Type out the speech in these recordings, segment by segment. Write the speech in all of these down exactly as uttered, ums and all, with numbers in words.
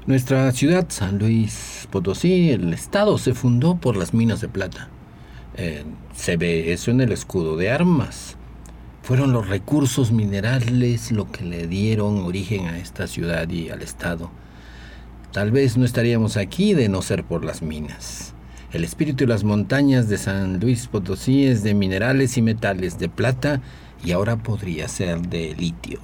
Nuestra ciudad, San Luis Potosí, el estado se fundó por las minas de plata. Eh, se ve eso en el escudo de armas. Fueron los recursos minerales lo que le dieron origen a esta ciudad y al estado. Tal vez no estaríamos aquí de no ser por las minas. El espíritu de las montañas de San Luis Potosí es de minerales y metales de plata y ahora podría ser de litio.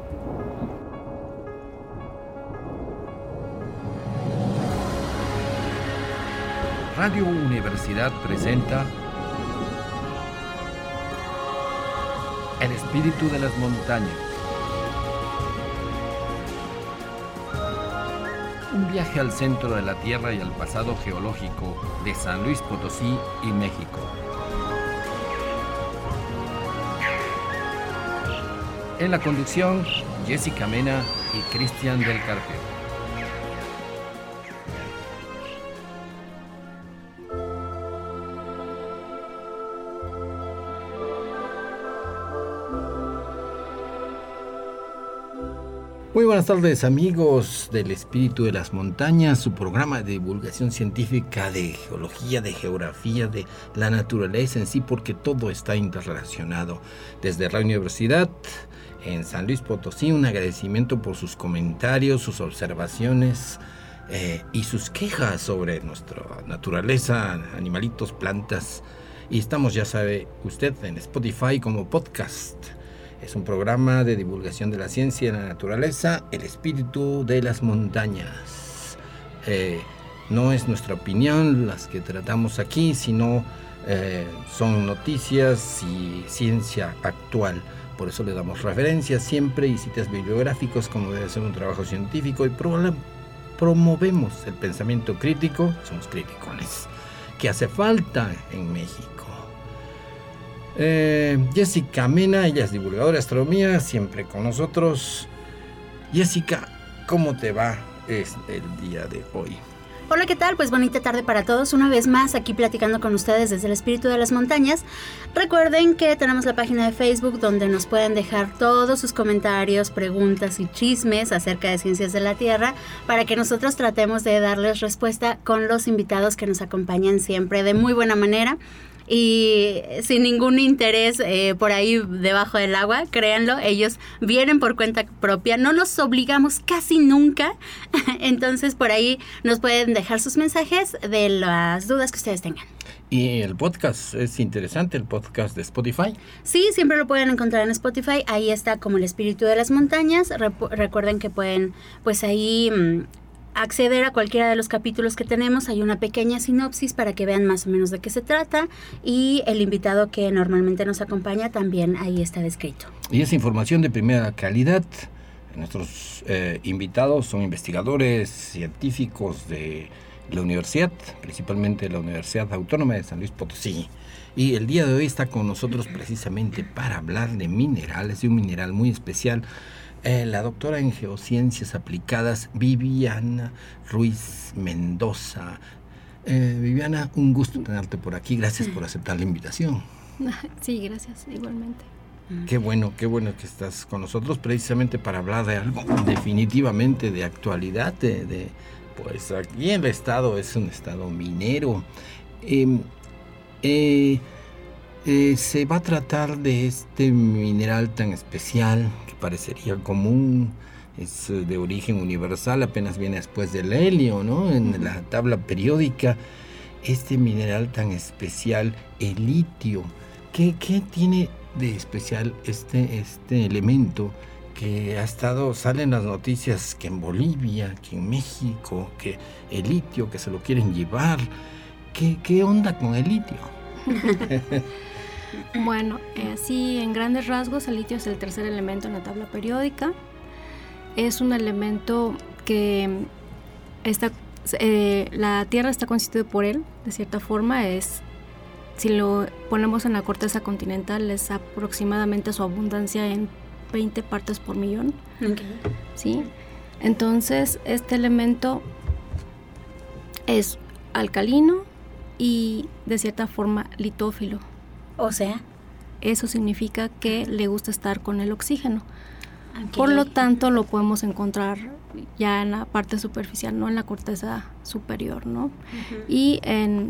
Radio Universidad presenta El espíritu de las montañas. Un viaje al centro de la Tierra y al pasado geológico de San Luis Potosí y México. En la conducción, Jessica Mena y Cristian del Carpio. Muy buenas tardes, amigos del Espíritu de las Montañas, su programa de divulgación científica de geología, de geografía, de la naturaleza en sí, porque todo está interrelacionado. Desde Radio Universidad en San Luis Potosí, un agradecimiento por sus comentarios, sus observaciones eh, y sus quejas sobre nuestra naturaleza, animalitos, plantas. Y estamos, ya sabe usted, en Spotify como podcast. Es un programa de divulgación de la ciencia y la naturaleza, el espíritu de las montañas. Eh, no es nuestra opinión las que tratamos aquí, sino eh, son noticias y ciencia actual. Por eso le damos referencias siempre y citas bibliográficos como debe ser un trabajo científico y pro- promovemos el pensamiento crítico, somos criticones, que hace falta en México. Eh, Jessica Mena, ella es divulgadora de astronomía, siempre con nosotros. Jessica, ¿cómo te va este, el día de hoy? Hola, ¿qué tal? Pues bonita tarde para todos. Una vez más aquí platicando con ustedes desde el Espíritu de las Montañas. Recuerden que tenemos la página de Facebook donde nos pueden dejar todos sus comentarios, preguntas y chismes acerca de ciencias de la Tierra para que nosotros tratemos de darles respuesta con los invitados que nos acompañan siempre de muy buena manera. Y sin ningún interés eh, por ahí debajo del agua, créanlo, ellos vienen por cuenta propia, no los obligamos casi nunca, entonces por ahí nos pueden dejar sus mensajes de las dudas que ustedes tengan. Y el podcast, es interesante, el podcast de Spotify. Sí, siempre lo pueden encontrar en Spotify, ahí está como el espíritu de las montañas. Rep- recuerden que pueden pues ahí mmm, acceder a cualquiera de los capítulos que tenemos. Hay una pequeña sinopsis para que vean más o menos de qué se trata y el invitado que normalmente nos acompaña también ahí está descrito. Y es información de primera calidad. Nuestros eh, invitados son investigadores, científicos de la universidad, principalmente la Universidad Autónoma de San Luis Potosí. Y el día de hoy está con nosotros precisamente para hablar de minerales, de un mineral muy especial. Eh, la doctora en Geociencias Aplicadas, Viviana Ruiz Mendoza. Eh, Viviana, un gusto tenerte por aquí. Gracias por aceptar la invitación. Sí, gracias, igualmente. Qué bueno, qué bueno que estás con nosotros precisamente para hablar de algo definitivamente de actualidad. De, de, pues aquí el estado es un estado minero. Eh, eh, Eh, se va a tratar de este mineral tan especial que parecería común, es de origen universal, apenas viene después del helio, ¿no? En la tabla periódica, este mineral tan especial, el litio. ¿Qué, qué tiene de especial este, este elemento que ha estado, salen las noticias que en Bolivia, que en México, que el litio, que se lo quieren llevar? ¿Qué, qué onda con el litio? Bueno, eh, así en grandes rasgos, el litio es el tercer elemento en la tabla periódica. Es un elemento que está, eh, la Tierra está constituida por él, de cierta forma. Es, si lo ponemos en la corteza continental, es aproximadamente su abundancia en veinte partes por millón. Okay. ¿Sí? Entonces, este elemento es alcalino y de cierta forma litófilo. O sea, eso significa que le gusta estar con el oxígeno. Okay. Por lo tanto, lo podemos encontrar ya en la parte superficial, no en la corteza superior, ¿no? Uh-huh. Y en,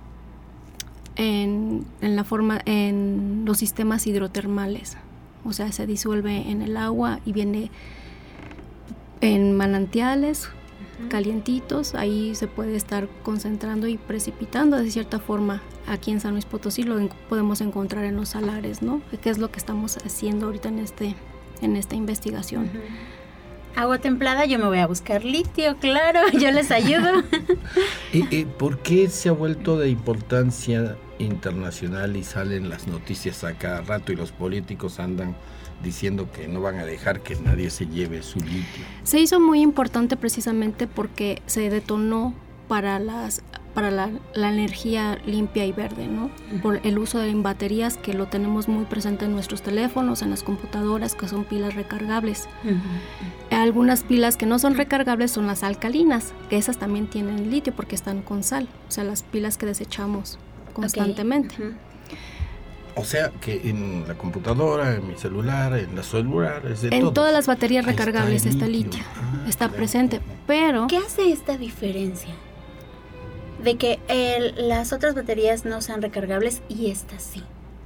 en, en la forma, en los sistemas hidrotermales, o sea, se disuelve en el agua y viene en manantiales uh-huh. calientitos, ahí se puede estar concentrando y precipitando de cierta forma. Aquí en San Luis Potosí lo en, podemos encontrar en los salares, ¿no? Que es lo que estamos haciendo ahorita en este en esta investigación. Uh-huh. Agua templada, yo me voy a buscar litio, claro, yo les ayudo. ¿Y, y por qué se ha vuelto de importancia internacional y salen las noticias a cada rato y los políticos andan diciendo que no van a dejar que nadie se lleve su litio? Se hizo muy importante precisamente porque se detonó para las para la, la energía limpia y verde, ¿no? Uh-huh. Por el uso de baterías, que lo tenemos muy presente en nuestros teléfonos, en las computadoras, que son pilas recargables. Uh-huh. Algunas pilas que no son recargables son las alcalinas, que esas también tienen litio porque están con sal, o sea, las pilas que desechamos constantemente. Okay. Uh-huh. O sea, que en la computadora, en mi celular, en la celular, es de en todos. todas las baterías recargables está litio, está, litio. Ah, está claro. presente, pero... ¿Qué hace esta diferencia? De que el, las otras baterías no sean recargables y estas sí.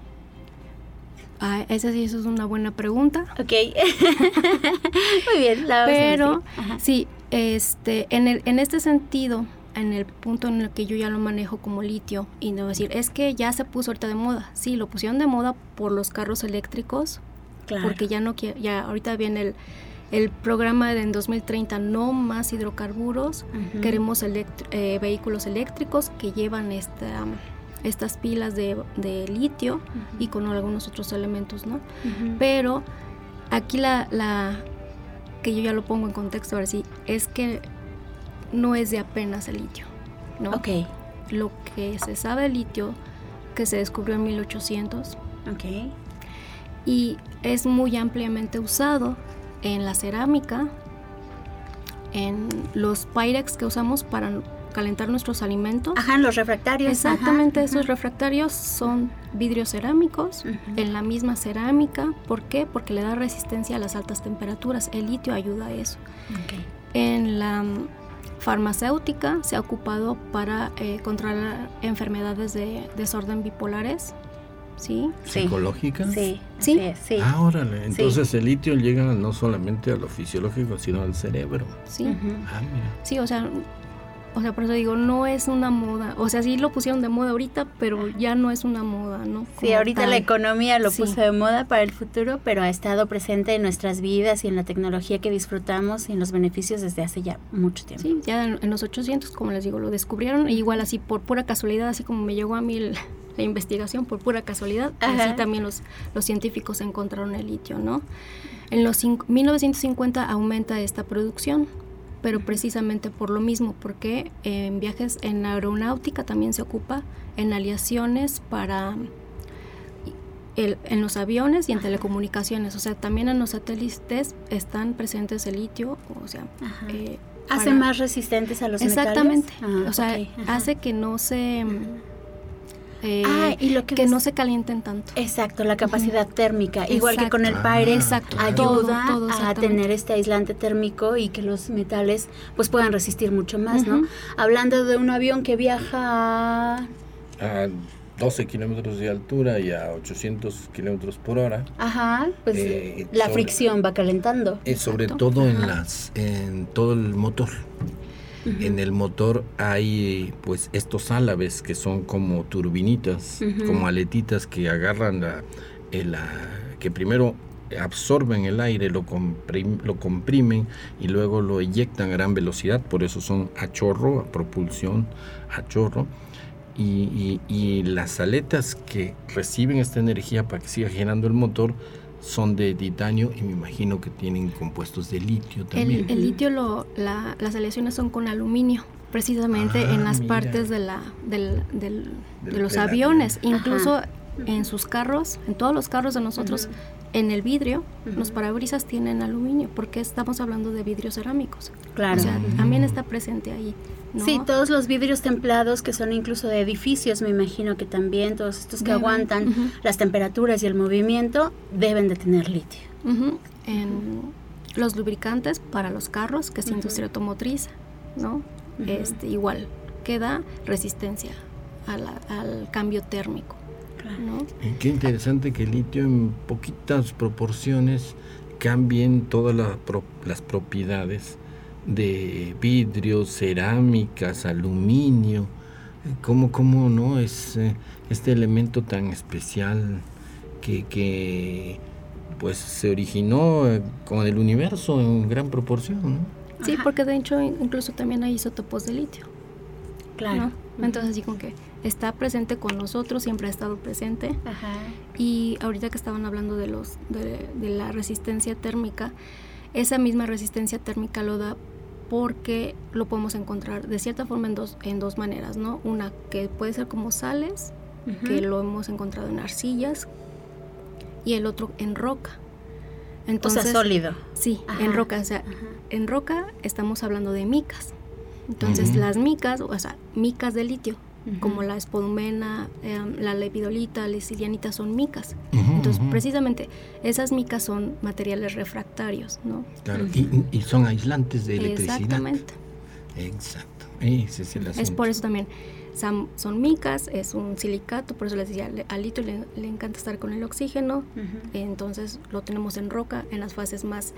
Ah, esa sí, eso es una buena pregunta. Ok. Muy bien. La Pero sí, este, en el, en este sentido, en el punto en el que yo ya lo manejo como litio, y no decir, es que ya se puso ahorita de moda. Sí, lo pusieron de moda por los carros eléctricos, claro. Porque ya no quiere, ya ahorita viene el El programa de en dos mil treinta, no más hidrocarburos, uh-huh. Queremos electri- eh, vehículos eléctricos que llevan esta, estas pilas de, de litio uh-huh. y con algunos otros elementos, ¿no? Uh-huh. Pero aquí la, la, que yo ya lo pongo en contexto ahora sí, es que no es de apenas el litio, ¿no? Ok. Lo que se sabe del litio, que se descubrió en mil ochocientos, ok. Y es muy ampliamente usado en la cerámica, en los Pyrex que usamos para calentar nuestros alimentos. Ajá, en los refractarios. Exactamente, ajá, esos ajá. refractarios son vidrios cerámicos, uh-huh. En la misma cerámica. ¿Por qué? Porque le da resistencia a las altas temperaturas. El litio ayuda a eso. Okay. En la farmacéutica se ha ocupado para eh, controlar enfermedades de desorden bipolares. ¿Sí? ¿Psicológica? Sí, sí. sí, sí. Ah, órale. Entonces sí. El litio llega no solamente a lo fisiológico, sino al cerebro. Sí. Uh-huh. Ah, mira. Sí, o sea, o sea, por eso digo, no es una moda. O sea, sí lo pusieron de moda ahorita, pero ya no es una moda, ¿no? Como sí, ahorita tal. La economía lo sí. puso de moda para el futuro, pero ha estado presente en nuestras vidas y en la tecnología que disfrutamos y en los beneficios desde hace ya mucho tiempo. Sí, ya en, en los ochocientos, como les digo, lo descubrieron, y igual así por pura casualidad, así como me llegó a mí el... la investigación por pura casualidad, Ajá. Así también los, los científicos encontraron el litio, ¿no? En los cinco, mil novecientos cincuenta aumenta esta producción, pero precisamente por lo mismo, porque en viajes en aeronáutica también se ocupa, en aleaciones para el, en los aviones y en telecomunicaciones, o sea, también en los satélites están presentes el litio, o sea, eh, hace más resistentes a los exactamente, metales. Ah, o sea, okay. hace que no se Eh, ah, y lo que, que des... no se calienten tanto. Exacto, la capacidad uh-huh. térmica, exacto. Igual que con el Pyrex, ah, ayuda todo, todo, a tener este aislante térmico y que los metales pues puedan resistir mucho más, uh-huh. ¿no? Hablando de un avión que viaja a doce kilómetros de altura y a ochocientos kilómetros por hora. Ajá, pues eh, la sobre, fricción va calentando. Eh, sobre todo en las, en todo el motor. Uh-huh. En el motor hay pues estos álabes que son como turbinitas, uh-huh. como aletitas que agarran la, el, la que primero absorben el aire, lo, comprim, lo comprimen y luego lo eyectan a gran velocidad, por eso son a chorro, a propulsión a chorro. Y, y, y las aletas que reciben esta energía para que siga girando el motor son de titanio y me imagino que tienen compuestos de litio también. El, el litio, lo, la, las aleaciones son con aluminio, precisamente ah, en las mira. partes de, la, del, del, del, de los de aviones, la, incluso ajá. en sus carros, en todos los carros de nosotros, uh-huh. en el vidrio, uh-huh. los parabrisas tienen aluminio, porque estamos hablando de vidrios cerámicos. Claro. O sea, uh-huh. también está presente ahí, ¿no? Sí, todos los vidrios templados que son incluso de edificios, me imagino que también todos estos que deben, aguantan uh-huh. las temperaturas y el movimiento deben de tener litio. Uh-huh. En los lubricantes para los carros, que es uh-huh. industria automotriz, ¿no? Uh-huh. Este, igual, que da resistencia a la, al cambio térmico, ¿no? Qué interesante que el litio en poquitas proporciones cambien todas la pro, las propiedades de vidrio, cerámicas, aluminio. ¿Cómo, cómo no es eh, este elemento tan especial que, que pues se originó eh, con el universo en gran proporción, ¿no? Sí, Ajá. porque de hecho incluso también hay isótopos de litio. Claro. ¿No? Uh-huh. Entonces así como que está presente con nosotros, siempre ha estado presente. Ajá. Y ahorita que estaban hablando de los de, de la resistencia térmica, esa misma resistencia térmica lo da porque lo podemos encontrar de cierta forma en dos en dos maneras, ¿no? Una que puede ser como sales, uh-huh. que lo hemos encontrado en arcillas, y el otro en roca. Entonces, o sea, sólido. Sí, Ajá. en roca, o sea, Ajá. en roca estamos hablando de micas. Entonces, uh-huh. las micas, o sea, micas de litio, uh-huh. como la espodumena, eh, la lepidolita, la silianita son micas. Uh-huh, Entonces, uh-huh. precisamente, esas micas son materiales refractarios, ¿no? Claro, uh-huh. y, y son aislantes de electricidad. Exactamente. Exacto. Ese es el asunto. Es por eso también, son, son micas, es un silicato, por eso les decía, al litio le, le encanta estar con el oxígeno, uh-huh. entonces lo tenemos en roca, en las fases más,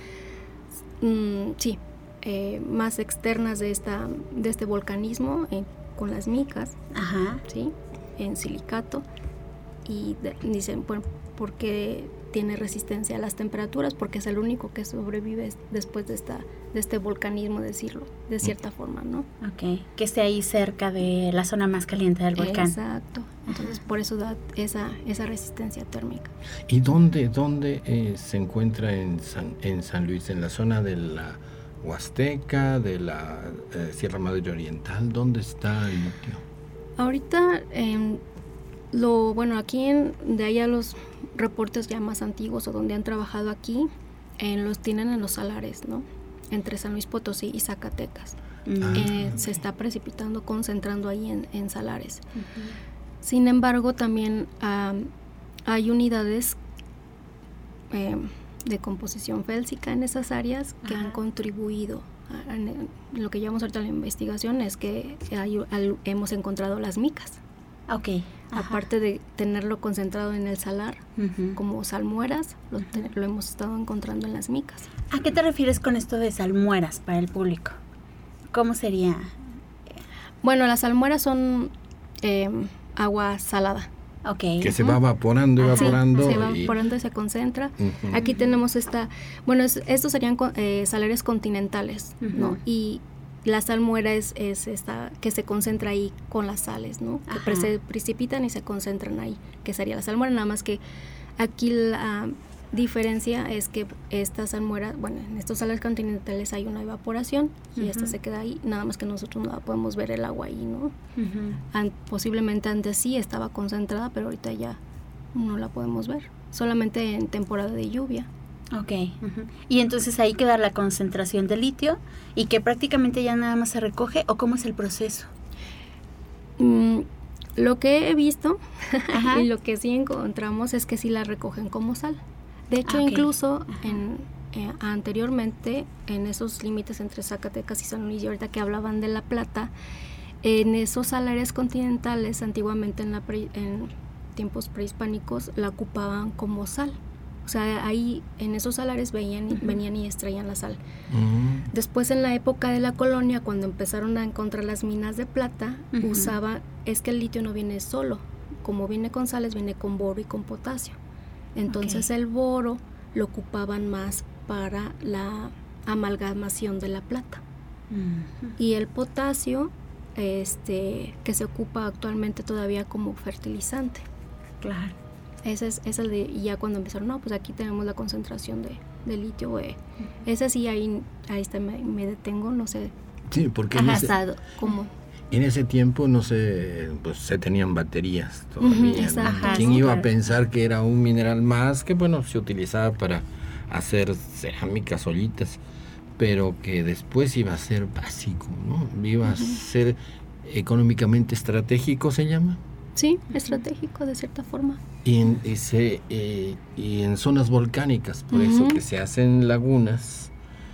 mmm, sí, eh, más externas de esta de este volcanismo, eh, con las micas, Ajá. sí, en silicato, y de, dicen, bueno, porque tiene resistencia a las temperaturas, porque es el único que sobrevive después de esta de este volcanismo, decirlo, de cierta forma, ¿no? Ok, que esté ahí cerca de la zona más caliente del volcán. Exacto, entonces Ajá. por eso da esa esa resistencia térmica. ¿Y dónde, dónde eh, se encuentra en San, en San Luis? ¿En la zona de la Huasteca, de la eh, Sierra Madre Oriental? ¿Dónde está el litio? Ahorita, eh, lo bueno, aquí en, de allá los reportes ya más antiguos o donde han trabajado aquí, eh, los tienen en los salares, ¿no? Entre San Luis Potosí y Zacatecas. Ah, eh, okay. Se está precipitando, concentrando ahí en, en salares. Uh-huh. Sin embargo, también um, hay unidades eh, de composición félsica en esas áreas que Ajá. han contribuido. A, a, en lo que llevamos ahorita a la investigación es que hay, al, hemos encontrado las micas. Okay. Aparte de tenerlo concentrado en el salar, uh-huh. como salmueras, lo, uh-huh. te, lo hemos estado encontrando en las micas. ¿A qué te refieres con esto de salmueras para el público? ¿Cómo sería? Bueno, las salmueras son eh, agua salada. Okay. Que se va evaporando, evaporando. Sí, se va evaporando y, y se concentra. Uh-huh. Aquí tenemos esta, bueno, es, estos serían eh, salares continentales, uh-huh. ¿no? Y la salmuera es, es esta que se concentra ahí con las sales, ¿no? Ajá. Que se precipitan y se concentran ahí, que sería la salmuera, nada más que aquí la diferencia es que esta salmuera, bueno, en estos salares continentales hay una evaporación y uh-huh. esta se queda ahí, nada más que nosotros no podemos ver el agua ahí, ¿no? Uh-huh. An- posiblemente antes sí estaba concentrada, pero ahorita ya no la podemos ver, solamente en temporada de lluvia. Ok, uh-huh. Y entonces ahí queda la concentración de litio y que prácticamente ya nada más se recoge, ¿o cómo es el proceso? Mm, lo que he visto y lo que sí encontramos es que sí la recogen como sal. De hecho, okay. incluso en, eh, anteriormente en esos límites entre Zacatecas y San Luis, y ahorita que hablaban de La Plata, en esos salares continentales antiguamente en, la pre, en tiempos prehispánicos la ocupaban como sal. O sea, ahí en esos salares veían, uh-huh. venían y extraían la sal. Uh-huh. Después, en la época de la colonia, cuando empezaron a encontrar las minas de plata, uh-huh. usaba, es que el litio no viene solo, como viene con sales, viene con boro y con potasio. Entonces okay. el boro lo ocupaban más para la amalgamación de la plata. Uh-huh. Y el potasio, este, que se ocupa actualmente todavía como fertilizante. Claro. Ese es, es el de, y ya cuando empezaron, no, pues aquí tenemos la concentración de, de litio, eh. uh-huh. Ese sí, ahí, ahí está, me, me detengo, no sé. Sí, porque Ajá, en, ese, estado, ¿cómo? en ese tiempo no se, pues se tenían baterías todavía. Uh-huh, ¿no? Ajá, ¿Quién sí, iba claro. a pensar que era un mineral más que, bueno, se utilizaba para hacer cerámicas solitas, pero que después iba a ser básico, ¿no? Iba uh-huh. a ser económicamente estratégico, ¿se llama? Sí, estratégico de cierta forma. Y en, y se, eh, y en zonas volcánicas, por uh-huh. eso que se hacen lagunas,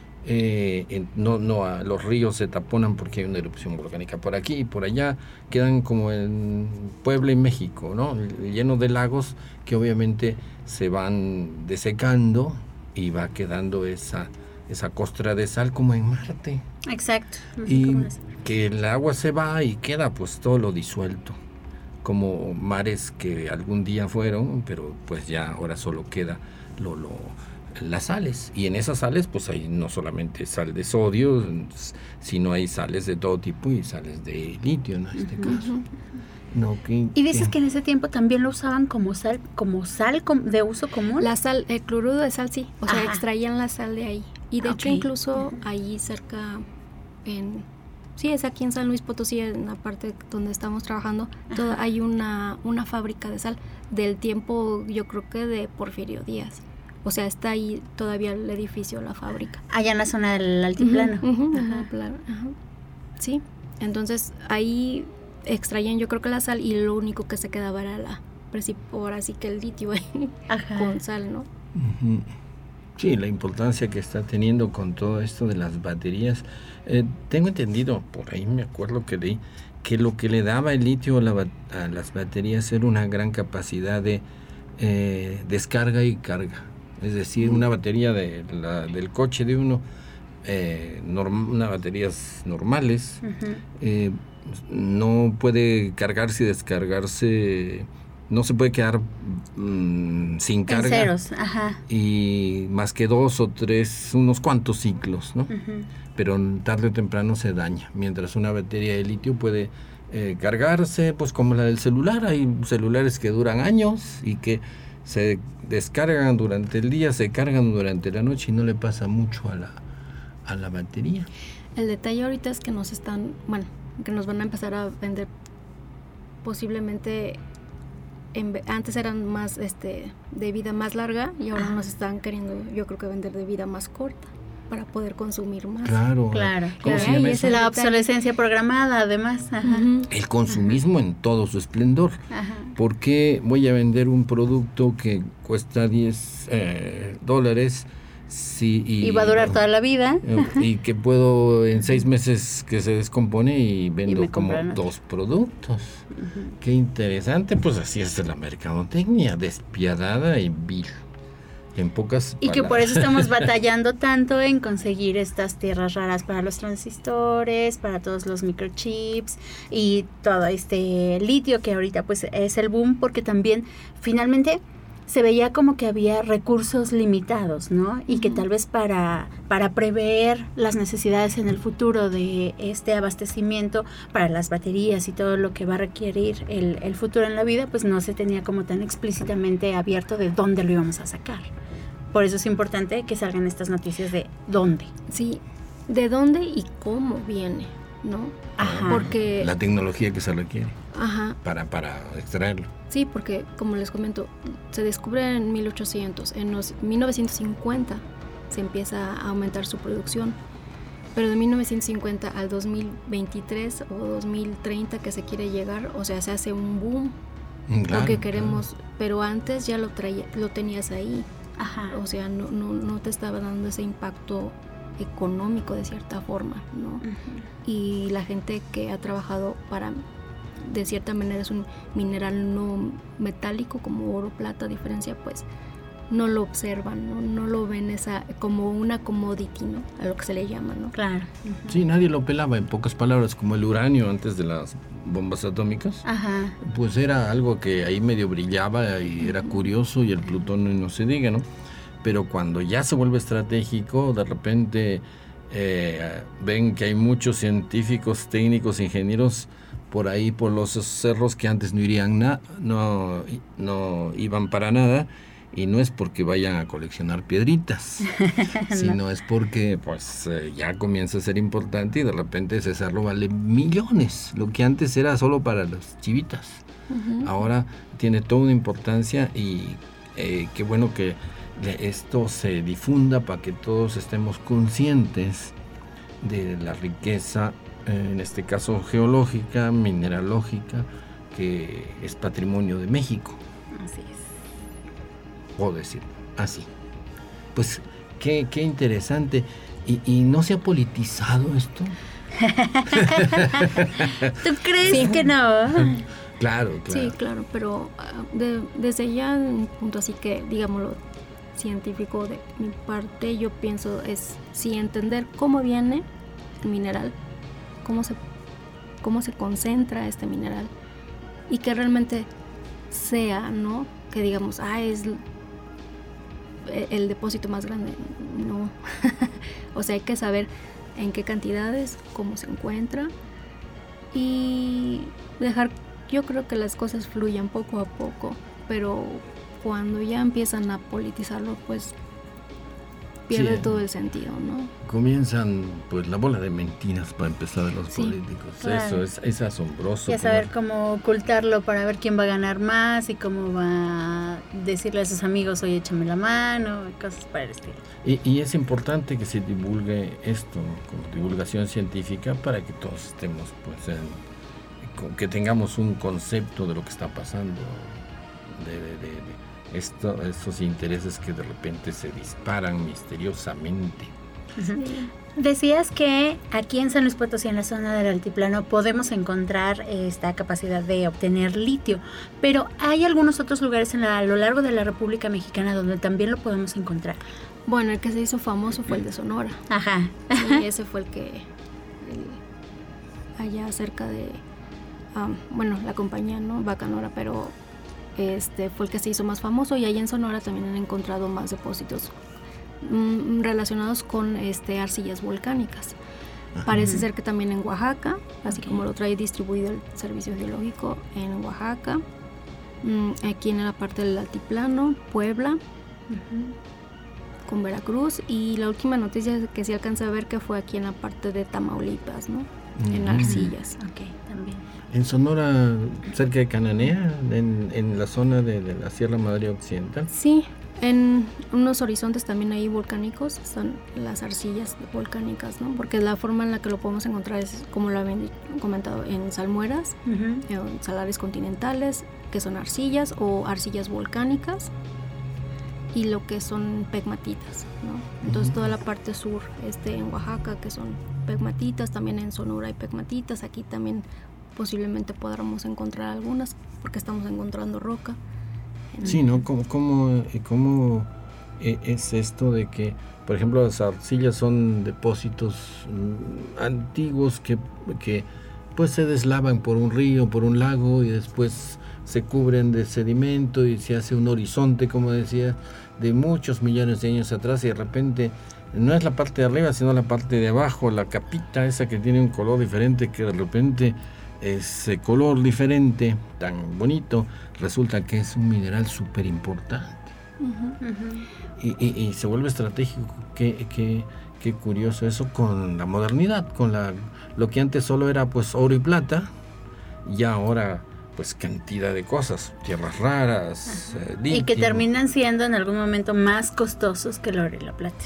eh, en, no, no a, los ríos se taponan porque hay una erupción volcánica por aquí y por allá, quedan como en Puebla y México, ¿no? Llenos de lagos que obviamente se van desecando y va quedando esa, esa costra de sal como en Marte. Exacto. Y que el agua se va y queda pues todo lo disuelto, como mares que algún día fueron, pero pues ya ahora solo queda lo, lo, las sales. Y en esas sales pues hay no solamente sal de sodio, sino hay sales de todo tipo y sales de litio, ¿no? En este uh-huh. caso. No, que, y dices que, que en ese tiempo también lo usaban como sal, como sal de uso común. La sal, el cloruro de sal, sí. O sea, Ajá. extraían la sal de ahí. Y de okay. hecho incluso uh-huh. ahí cerca en... Sí, es aquí en San Luis Potosí, en la parte donde estamos trabajando, todo, hay una, una fábrica de sal del tiempo, yo creo que de Porfirio Díaz. O sea, está ahí todavía el edificio, la fábrica. Allá en la zona del altiplano. Uh-huh, uh-huh, Ajá. Ajá. Sí, entonces ahí extraían yo creo que la sal y lo único que se quedaba era la, ahora sí que el litio ahí, con sal, ¿no? Uh-huh. Sí, la importancia que está teniendo con todo esto de las baterías. Eh, tengo entendido, por ahí me acuerdo que leí, que lo que le daba el litio a, la, a las baterías era una gran capacidad de eh, descarga y carga. Es decir, una batería de la, del coche de uno, eh, norm, unas baterías normales, uh-huh. eh, no puede cargarse y descargarse... No se puede quedar mmm, sin carga. Ceros, ajá. Y más que dos o tres, unos cuantos ciclos, ¿no? Uh-huh. Pero tarde o temprano se daña. Mientras una batería de litio puede eh, cargarse, pues como la del celular. Hay celulares que duran años y que se descargan durante el día, se cargan durante la noche y no le pasa mucho a la, a la batería. El detalle ahorita es que nos están, bueno, que nos van a empezar a vender posiblemente... En, antes eran más este de vida más larga y ahora ah. nos están queriendo, yo creo que vender de vida más corta para poder consumir más. Claro, claro. claro. Y esa es la obsolescencia programada, además. Ajá. Uh-huh. El consumismo Ajá. en todo su esplendor. Ajá. ¿Por qué voy a vender un producto que cuesta diez eh, dólares? Sí, y, y va a durar toda la vida. Y que puedo en seis meses que se descompone y vendo y como dos productos. Uh-huh. Qué interesante, pues así es la mercadotecnia, despiadada y vil. En pocas y palabras. Que por eso estamos batallando tanto en conseguir estas tierras raras para los transistores, para todos los microchips y todo este litio que ahorita pues es el boom, porque también finalmente se veía como que había recursos limitados, ¿no? Y uh-huh. que tal vez para, para prever las necesidades en el futuro de este abastecimiento para las baterías y todo lo que va a requerir el, el futuro en la vida, pues no se tenía como tan explícitamente abierto de dónde lo íbamos a sacar. Por eso es importante que salgan estas noticias de dónde. Sí, de dónde y cómo viene, ¿no? Ajá. Porque la tecnología que se requiere. Ajá. Para, para extraerlo. Sí, porque como les comento, se descubre en mil ochocientos, en los mil novecientos cincuenta se empieza a aumentar su producción, pero de mil novecientos cincuenta al dos mil veintitrés o dos mil treinta que se quiere llegar, o sea, se hace un boom, claro, lo que queremos, claro. Pero antes ya lo traía, lo tenías ahí. Ajá. O sea, no, no, no te estaba dando ese impacto económico de cierta forma, ¿no? Uh-huh. Y la gente que ha trabajado para, de cierta manera es un mineral no metálico como oro, plata, diferencia, pues no lo observan, no, no lo ven esa como una commodity, ¿no? A lo que se le llama, ¿no? Claro. Uh-huh. Sí, nadie lo pelaba, en pocas palabras, como el uranio antes de las bombas atómicas. Ajá. Pues era algo que ahí medio brillaba y uh-huh. era curioso, y el plutonio no se diga, ¿no? Pero cuando ya se vuelve estratégico, de repente eh, ven que hay muchos científicos, técnicos, ingenieros por ahí, por los cerros que antes no irían na- no, no iban para nada, y no es porque vayan a coleccionar piedritas, no. sino es porque pues eh, ya comienza a ser importante y de repente ese cerro vale millones, lo que antes era solo para las chivitas. Uh-huh. Ahora tiene toda una importancia, y eh, qué bueno que esto se difunda para que todos estemos conscientes de la riqueza, en este caso geológica, mineralógica, que es patrimonio de México. Así es. Puedo decir así. Pues qué, qué interesante. ¿Y, ¿Y no se ha politizado esto? ¿Tú crees sí. que no? Claro, claro. Sí, claro, pero uh, de, desde ya un punto así que, digámoslo, científico de mi parte, yo pienso es sí entender cómo viene el mineral, cómo se, cómo se concentra este mineral y que realmente sea, ¿no? Que digamos, ah, es el, el depósito más grande. No. O sea, hay que saber en qué cantidades, cómo se encuentra y dejar, yo creo que las cosas fluyan poco a poco, pero cuando ya empiezan a politizarlo, pues pierde sí, todo el sentido, ¿no? Comienzan pues la bola de mentiras para empezar de los sí, políticos. Claro. Eso es, es asombroso. Y a saber cómo ocultarlo para ver quién va a ganar más y cómo va a decirle a sus amigos, oye, échame la mano, cosas para el estilo. Y, y es importante que se divulgue esto como divulgación científica para que todos estemos, pues, en, que tengamos un concepto de lo que está pasando, de, de, de, de Esto, estos intereses que de repente se disparan misteriosamente. Uh-huh. Decías que aquí en San Luis Potosí, en la zona del altiplano, podemos encontrar esta capacidad de obtener litio, pero hay algunos otros lugares en la, a lo largo de la República Mexicana donde también lo podemos encontrar. Bueno, el que se hizo famoso fue el de Sonora. Ajá. Sí, ese fue el que el, allá cerca de, um, bueno, la compañía, ¿no? Bacanora, pero este fue el que se hizo más famoso y allá en Sonora también han encontrado más depósitos mm, relacionados con este arcillas volcánicas. Ajá. Parece ser que también en Oaxaca, así okay. como lo trae distribuido el Servicio Geológico en Oaxaca, mm, aquí en la parte del altiplano, Puebla, uh-huh. con Veracruz, y la última noticia que sí alcanza a ver que fue aquí en la parte de Tamaulipas, ¿no? Uh-huh. En arcillas. Okay, también. En Sonora, cerca de Cananea, en, en la zona de, de la Sierra Madre Occidental. Sí, en unos horizontes también ahí volcánicos están las arcillas volcánicas, ¿no? Porque la forma en la que lo podemos encontrar es, como lo habían comentado, en salmueras, uh-huh. en salares continentales, que son arcillas o arcillas volcánicas, y lo que son pegmatitas, ¿no? Entonces uh-huh. toda la parte sur, este, en Oaxaca, que son pegmatitas, también en Sonora hay pegmatitas, aquí también posiblemente podamos encontrar algunas, porque estamos encontrando roca. Sí, ¿no? ¿Cómo, cómo, cómo es esto de que, por ejemplo, las arcillas son depósitos antiguos que, que pues se deslavan por un río, por un lago, y después se cubren de sedimento y se hace un horizonte, como decía, de muchos millones de años atrás, y de repente no es la parte de arriba, sino la parte de abajo, la capita esa que tiene un color diferente, que de repente ese color diferente, tan bonito, resulta que es un mineral súper importante. Uh-huh, uh-huh. Y, y, y se vuelve estratégico. Qué, qué, qué curioso eso con la modernidad, con la lo que antes solo era pues oro y plata, y ahora pues cantidad de cosas, tierras raras, uh-huh. eh, y que terminan siendo en algún momento más costosos que el oro y la plata.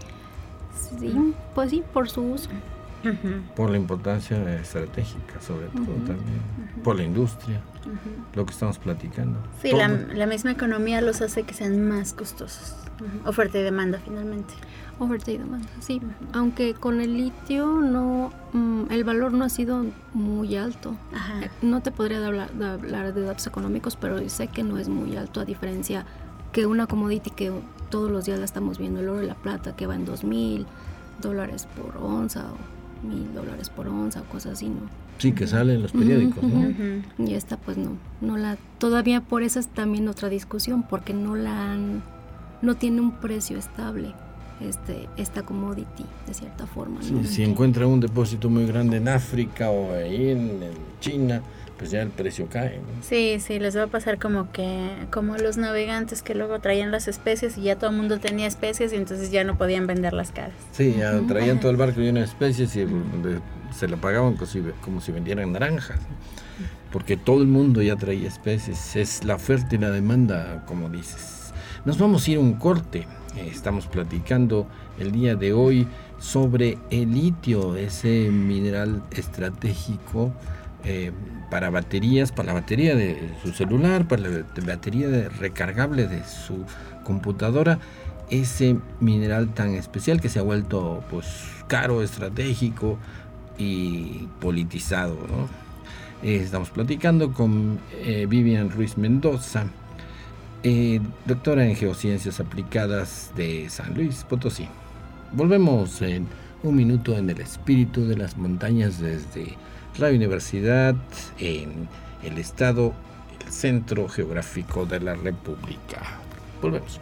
Sí, pues sí, por su uso. Uh-huh. Por la importancia estratégica, sobre todo uh-huh. también, uh-huh. por la industria, uh-huh. lo que estamos platicando. Sí, la, la misma economía los hace que sean más costosos. Uh-huh. Oferta y demanda, finalmente. Oferta y demanda, sí. Uh-huh. Aunque con el litio no, mm, el valor no ha sido muy alto. Ajá. No te podría de hablar, de hablar de datos económicos, pero sé que no es muy alto, a diferencia que una commodity que todos los días la estamos viendo, el oro y la plata, que va en dos mil dólares por onza o mil dólares por onza, cosas así, ¿no? Sí, que sale en los periódicos, uh-huh, ¿no? Uh-huh. Y esta pues no, no la, todavía por eso es también otra discusión, porque no la han, no tiene un precio estable, este, esta commodity, de cierta forma, ¿no? Sí, si encuentra un depósito muy grande en África o ahí en, en China, pues ya el precio cae, ¿no? Sí, sí, les va a pasar como que, como los navegantes que luego traían las especies y ya todo el mundo tenía especies y entonces ya no podían venderlas caras. Sí, ya uh-huh. traían todo el barco lleno de especies y uh-huh. se le pagaban como si, como si vendieran naranjas, porque todo el mundo ya traía especies, es la oferta y la demanda, como dices. Nos vamos a ir a un corte, estamos platicando el día de hoy sobre el litio, ese mineral estratégico eh, para baterías, para la batería de su celular, para la batería de recargable de su computadora, ese mineral tan especial que se ha vuelto pues caro, estratégico y politizado, ¿no? Eh, estamos platicando con eh, Vivian Ruiz Mendoza, eh, doctora en Geociencias Aplicadas de San Luis Potosí. Volvemos en un minuto en el espíritu de las montañas desde Radio Universidad en el estado, el centro geográfico de la República. Volvemos.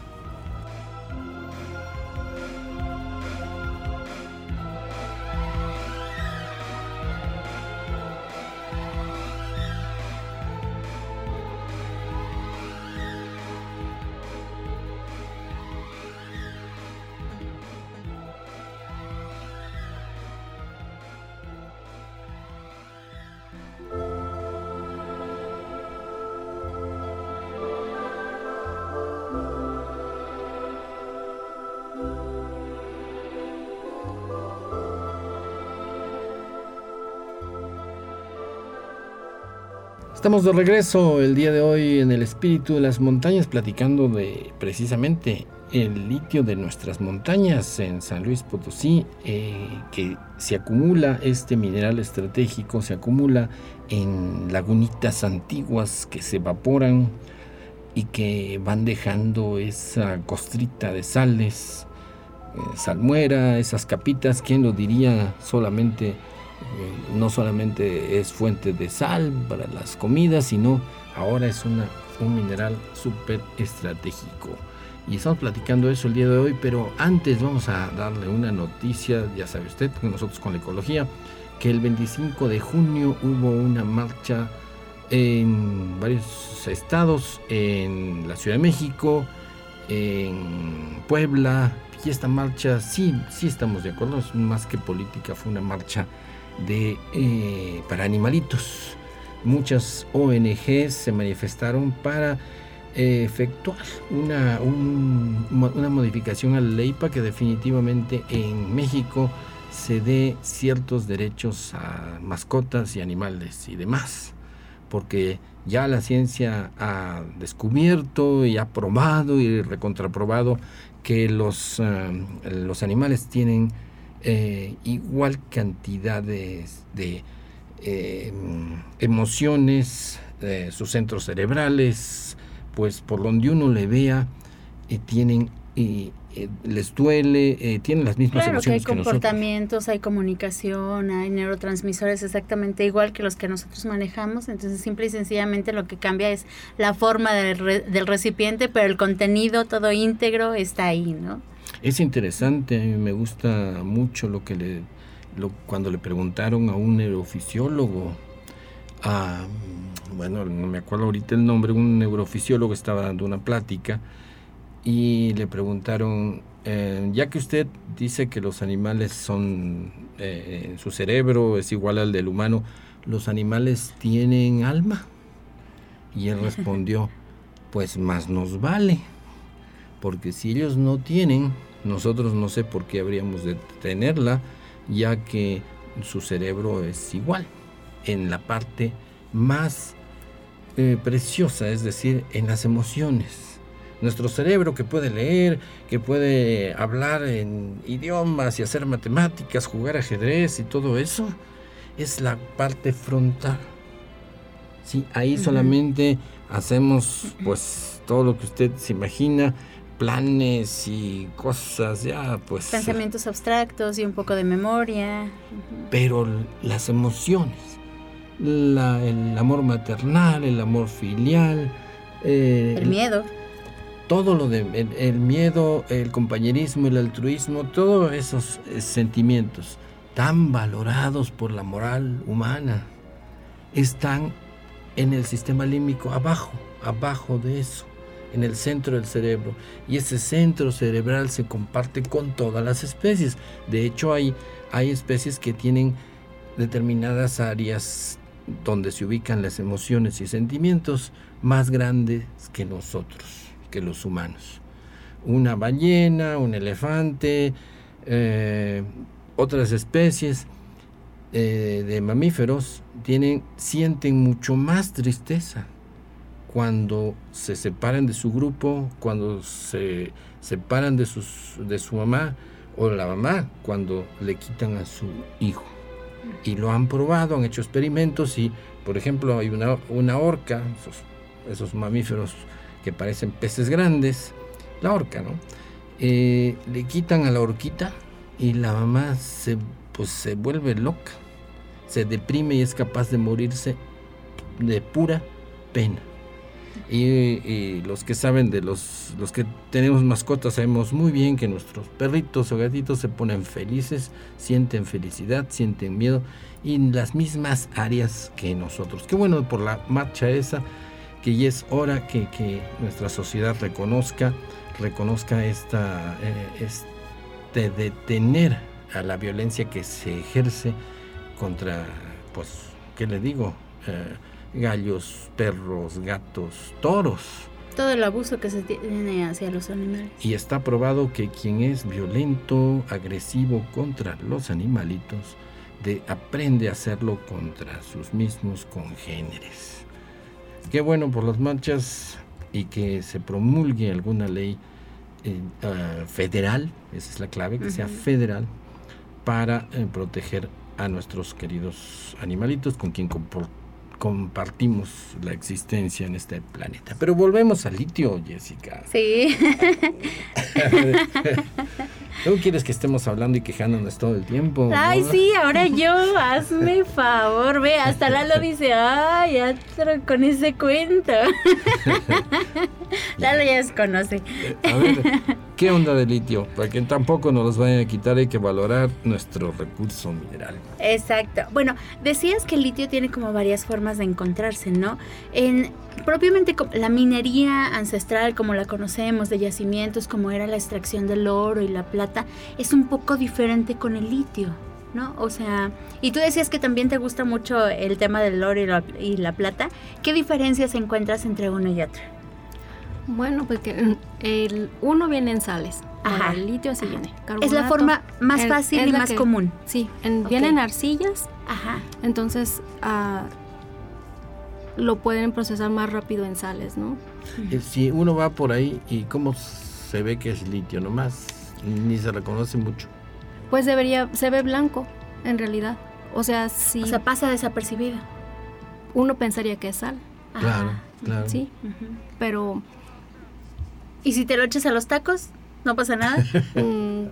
Estamos de regreso el día de hoy en el espíritu de las montañas, platicando de precisamente el litio de nuestras montañas en San Luis Potosí, eh, que se acumula, este mineral estratégico se acumula en lagunitas antiguas que se evaporan y que van dejando esa costrita de sales, eh, salmuera, esas capitas. ¿Quién lo diría? Solamente Eh, no solamente es fuente de sal para las comidas, sino ahora es una, un mineral súper estratégico. Y estamos platicando eso el día de hoy, pero antes vamos a darle una noticia, ya sabe usted, que nosotros con la ecología, que el veinticinco de junio hubo una marcha en varios estados, en la Ciudad de México, en Puebla, y esta marcha, sí, sí estamos de acuerdo, es más que política, fue una marcha de eh, para animalitos. Muchas O N Ges se manifestaron para eh, efectuar una, un, una modificación a la ley para que definitivamente en México se dé ciertos derechos a mascotas y animales y demás, porque ya la ciencia ha descubierto y ha probado y recontraprobado que los, uh, los animales tienen Eh, igual cantidad de, de eh, emociones, eh, sus centros cerebrales, pues por donde uno le vea, eh, tienen eh, eh, les duele, eh, tienen las mismas claro, emociones que, hay que comportamientos, nosotros. Hay comunicación, hay neurotransmisores exactamente igual que los que nosotros manejamos, entonces simple y sencillamente lo que cambia es la forma del, re, del recipiente, pero el contenido todo íntegro está ahí, ¿no? Es interesante, a mí me gusta mucho lo que le, lo, cuando le preguntaron a un neurofisiólogo, a, bueno, no me acuerdo ahorita el nombre, un neurofisiólogo estaba dando una plática y le preguntaron, eh, ya que usted dice que los animales son, eh, su cerebro es igual al del humano, ¿los animales tienen alma? Y él respondió, pues más nos vale, porque si ellos no tienen, nosotros no sé por qué habríamos de tenerla, ya que su cerebro es igual en la parte más eh, preciosa, es decir, en las emociones. Nuestro cerebro, que puede leer, que puede hablar en idiomas y hacer matemáticas, jugar ajedrez y todo eso, es la parte frontal. Sí, ahí uh-huh. solamente hacemos pues todo lo que usted se imagina, planes y cosas, ya pues... Pensamientos abstractos y un poco de memoria. Uh-huh. Pero las emociones, la, el amor maternal, el amor filial... Eh, el miedo. Todo lo de... El, el miedo, el compañerismo, el altruismo, todos esos eh, sentimientos tan valorados por la moral humana, están en el sistema límbico, abajo, abajo de eso, en el centro del cerebro, y ese centro cerebral se comparte con todas las especies. De hecho, hay, hay especies que tienen determinadas áreas donde se ubican las emociones y sentimientos más grandes que nosotros, que los humanos. Una ballena, un elefante, eh, otras especies eh, de mamíferos tienen, sienten mucho más tristeza cuando se separan de su grupo, cuando se separan de, sus, de su mamá, o la mamá cuando le quitan a su hijo. Y lo han probado, han hecho experimentos y, por ejemplo, hay una, una orca, esos, esos mamíferos que parecen peces grandes, la orca, ¿no? Eh, le quitan a la orquita y la mamá se, pues, se vuelve loca, se deprime y es capaz de morirse de pura pena. Y, y los que saben de los, los que tenemos mascotas sabemos muy bien que nuestros perritos o gatitos se ponen felices, sienten felicidad, sienten miedo y en las mismas áreas que nosotros. Qué bueno por la marcha esa, que ya es hora que, que nuestra sociedad reconozca, reconozca esta, eh, este detener a la violencia que se ejerce contra, pues, ¿qué le digo? Eh, gallos, perros, gatos, toros. Todo el abuso que se tiene hacia los animales. Y está probado que quien es violento, agresivo contra los animalitos, de, aprende a hacerlo contra sus mismos congéneres. Qué bueno por las marchas y que se promulgue alguna ley eh, uh, federal, esa es la clave, que uh-huh. sea federal, para eh, proteger a nuestros queridos animalitos con quien comportamos compartimos la existencia en este planeta. Pero volvemos al litio, Jessica. Sí. ¿Tú quieres que estemos hablando y quejándonos todo el tiempo? Ay, ¿no? sí, ahora yo, hazme favor, ve, hasta Lalo dice, ay, ya con ese cuento. Lalo ya se conoce. A ver, ¿qué onda de litio? Para que tampoco nos los vayan a quitar, hay que valorar nuestro recurso mineral. Exacto. Bueno, decías que el litio tiene como varias formas de encontrarse, ¿no? En propiamente la minería ancestral, como la conocemos, de yacimientos, como era la extracción del oro y la plata, es un poco diferente con el litio, ¿no? O sea, y tú decías que también te gusta mucho el tema del oro y la, y la plata. ¿Qué diferencias encuentras entre uno y otro? Bueno, pues que el uno viene en sales. Ajá. El litio así viene. Carbonato. Es la forma más el, fácil y más que, común. Sí, en, okay. vienen arcillas. Ajá. Entonces uh, lo pueden procesar más rápido en sales, ¿no? Uh-huh. Si uno va por ahí y cómo se ve que es litio, nomás ni se reconoce mucho. Pues debería, se ve blanco en realidad. O sea, sí. O sea, pasa desapercibido. Uno pensaría que es sal. Claro, claro. Sí, uh-huh. pero... ¿Y si te lo echas a los tacos? ¿No pasa nada? mm,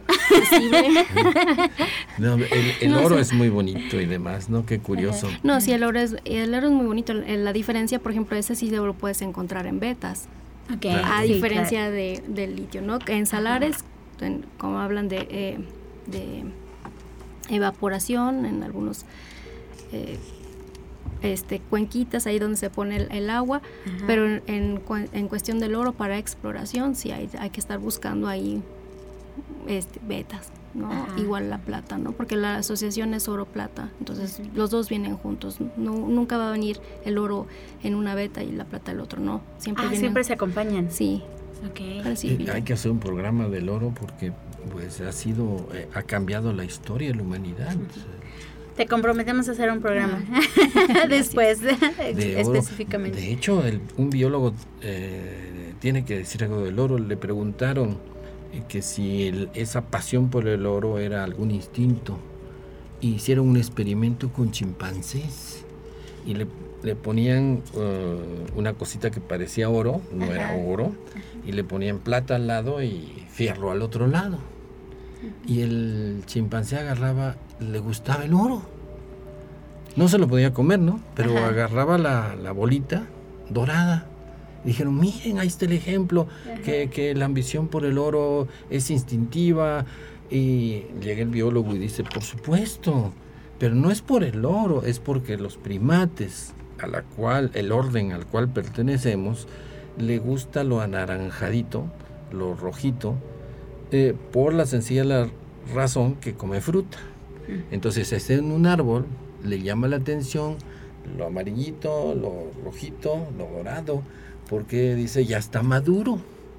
no, el el no, oro sí. es muy bonito y demás, ¿no? Qué curioso. No, sí, el oro es, el oro es muy bonito. La diferencia, por ejemplo, ese sí lo puedes encontrar en vetas. Okay. Claro. A sí, diferencia claro. de, del litio, ¿no? Que en salares, en, como hablan de, eh, de evaporación, en algunos... Eh, este cuenquitas ahí donde se pone el, el agua. Ajá. Pero en, en, en cuestión del oro para exploración sí hay, hay que estar buscando ahí este, vetas, ¿no? Ajá. Igual la plata, ¿no? Porque la asociación es oro-plata, entonces uh-huh. los dos vienen juntos, no, nunca va a venir el oro en una veta y la plata el otro, no, siempre ah, vienen, siempre se acompañan. Sí. Okay. Sí, hay que hacer un programa del oro porque pues ha sido, eh, ha cambiado la historia de la humanidad. Uh-huh. Te comprometemos a hacer un programa ah. después, de específicamente. De hecho, el, un biólogo eh, tiene que decir algo del oro. Le preguntaron eh, que si el, esa pasión por el oro era algún instinto. Y hicieron un experimento con chimpancés y le, le ponían uh, una cosita que parecía oro, no Ajá. era oro, y le ponían plata al lado y fierro al otro lado. Y el chimpancé agarraba, le gustaba el oro. No se lo podía comer, ¿no? Pero Ajá. agarraba la, la bolita dorada. Y dijeron, miren, ahí está el ejemplo, que, que la ambición por el oro es instintiva. Y llega el biólogo y dice, por supuesto, pero no es por el oro, es porque los primates, a la cual, el orden al cual pertenecemos, le gusta lo anaranjadito, lo rojito, Eh, por la sencilla la razón que come fruta. Entonces, si está en un árbol, le llama la atención lo amarillito, lo rojito, lo dorado, porque dice, ya está maduro.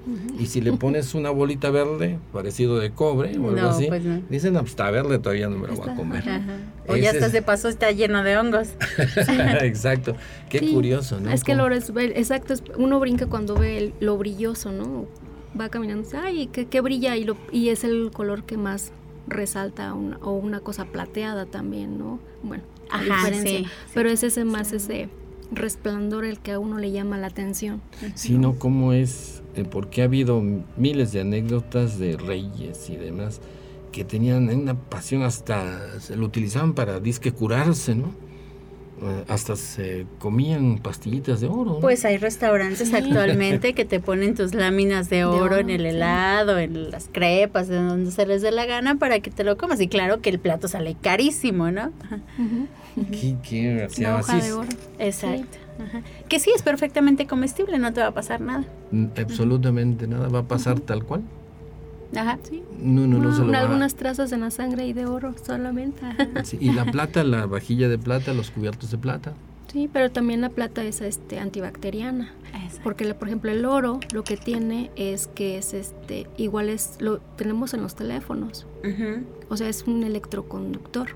Uh-huh. Y si le pones una bolita verde, parecido de cobre o algo no, así, pues no. dicen, no, pues está verde, todavía no me lo está, voy a comer. Ajá. O ya estás de paso, está lleno de hongos. Exacto. Qué sí, curioso, ¿no? Es que lo es, exacto, uno brinca cuando ve el, lo brilloso, ¿no? Va caminando, ay, que, que brilla y, lo, y es el color que más resalta una, o una cosa plateada también, ¿no? Bueno, a Ajá, diferencia, sí, pero sí, es ese más sí. ese resplandor el que a uno le llama la atención. Sí, ¿no? ¿Cómo es? Eh, porque ha habido miles de anécdotas de reyes y demás que tenían una pasión, hasta se lo utilizaban para disque curarse, ¿no? Hasta se comían pastillitas de oro, ¿no? Pues hay restaurantes sí. actualmente que te ponen tus láminas de oro, de oro en el helado, sí. en las crepas, de donde se les dé la gana para que te lo comas. Y claro que el plato sale carísimo, ¿no? Uh-huh. ¿Qué, qué, o sea, Una hoja de oro. Exacto. Sí. Ajá. Que sí es perfectamente comestible, no te va a pasar nada. Absolutamente uh-huh. nada, va a pasar uh-huh. tal cual. Ajá, sí. No, no, no, no se lo va. Algunas trazas en la sangre y de oro solamente. Sí, y la plata, la vajilla de plata, los cubiertos de plata. Sí, pero también la plata es este antibacteriana. Exacto. Porque por ejemplo el oro lo que tiene es que es este igual es lo tenemos en los teléfonos. Uh-huh. O sea, es un electroconductor.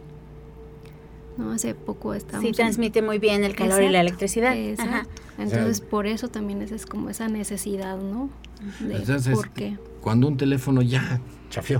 No, hace poco estábamos. Sí, transmite muy bien el calor exacto, y la electricidad. Exacto. Ajá. Entonces, o sea, por eso también es, es como esa necesidad, ¿no? De Entonces, por qué. Cuando un teléfono ya chafió,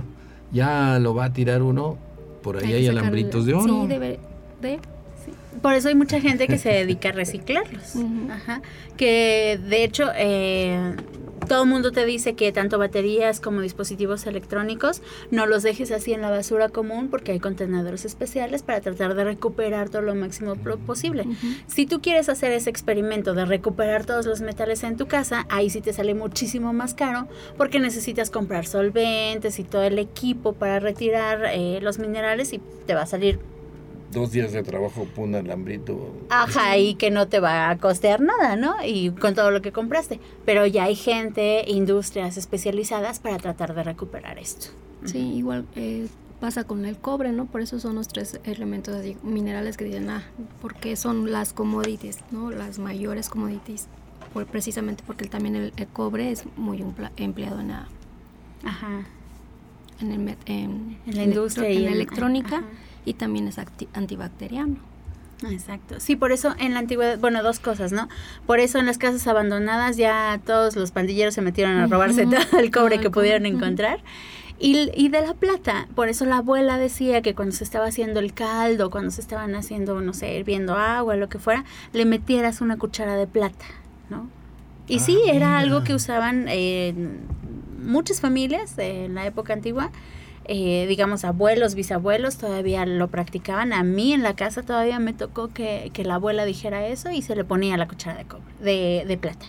ya lo va a tirar uno, por ahí hay, hay alambritos de oro. Sí, debe de... Sí. Por eso hay mucha gente que se dedica a reciclarlos. Uh-huh. Ajá. Que de hecho, eh, todo el mundo te dice que tanto baterías como dispositivos electrónicos no los dejes así en la basura común porque hay contenedores especiales para tratar de recuperar todo lo máximo posible. Uh-huh. Si tú quieres hacer ese experimento de recuperar todos los metales en tu casa, ahí sí te sale muchísimo más caro porque necesitas comprar solventes y todo el equipo para retirar eh, los minerales y te va a salir dos días de trabajo por un alambrito. Ajá, y que no te va a costear nada, ¿no? Y con todo lo que compraste. Pero ya hay gente, industrias especializadas para tratar de recuperar esto. Sí, uh-huh. igual eh, pasa con el cobre, ¿no? Por eso son los tres elementos minerales que dicen, ah, porque son las commodities, ¿no? Las mayores commodities. Por, precisamente porque también el, el cobre es muy empleado en la... Ajá. En, el, en, en la industria en, y en en, electrónica. Ajá. Y también es acti- antibacteriano. Exacto. Sí, por eso en la antigüedad, bueno, dos cosas, ¿no? Por eso en las casas abandonadas ya todos los pandilleros se metieron a robarse uh-huh. todo el cobre todo que el pudieron cobre. encontrar. Y, y de la plata, por eso la abuela decía que cuando se estaba haciendo el caldo, cuando se estaban haciendo, no sé, hirviendo agua, lo que fuera, le metieras una cuchara de plata, ¿no? Y ah, sí, era mira. algo que usaban eh, muchas familias eh, en la época antigua. Eh, digamos abuelos, bisabuelos todavía lo practicaban. A mí en la casa todavía me tocó que, que la abuela dijera eso y se le ponía la cuchara de cobre, de, de plata.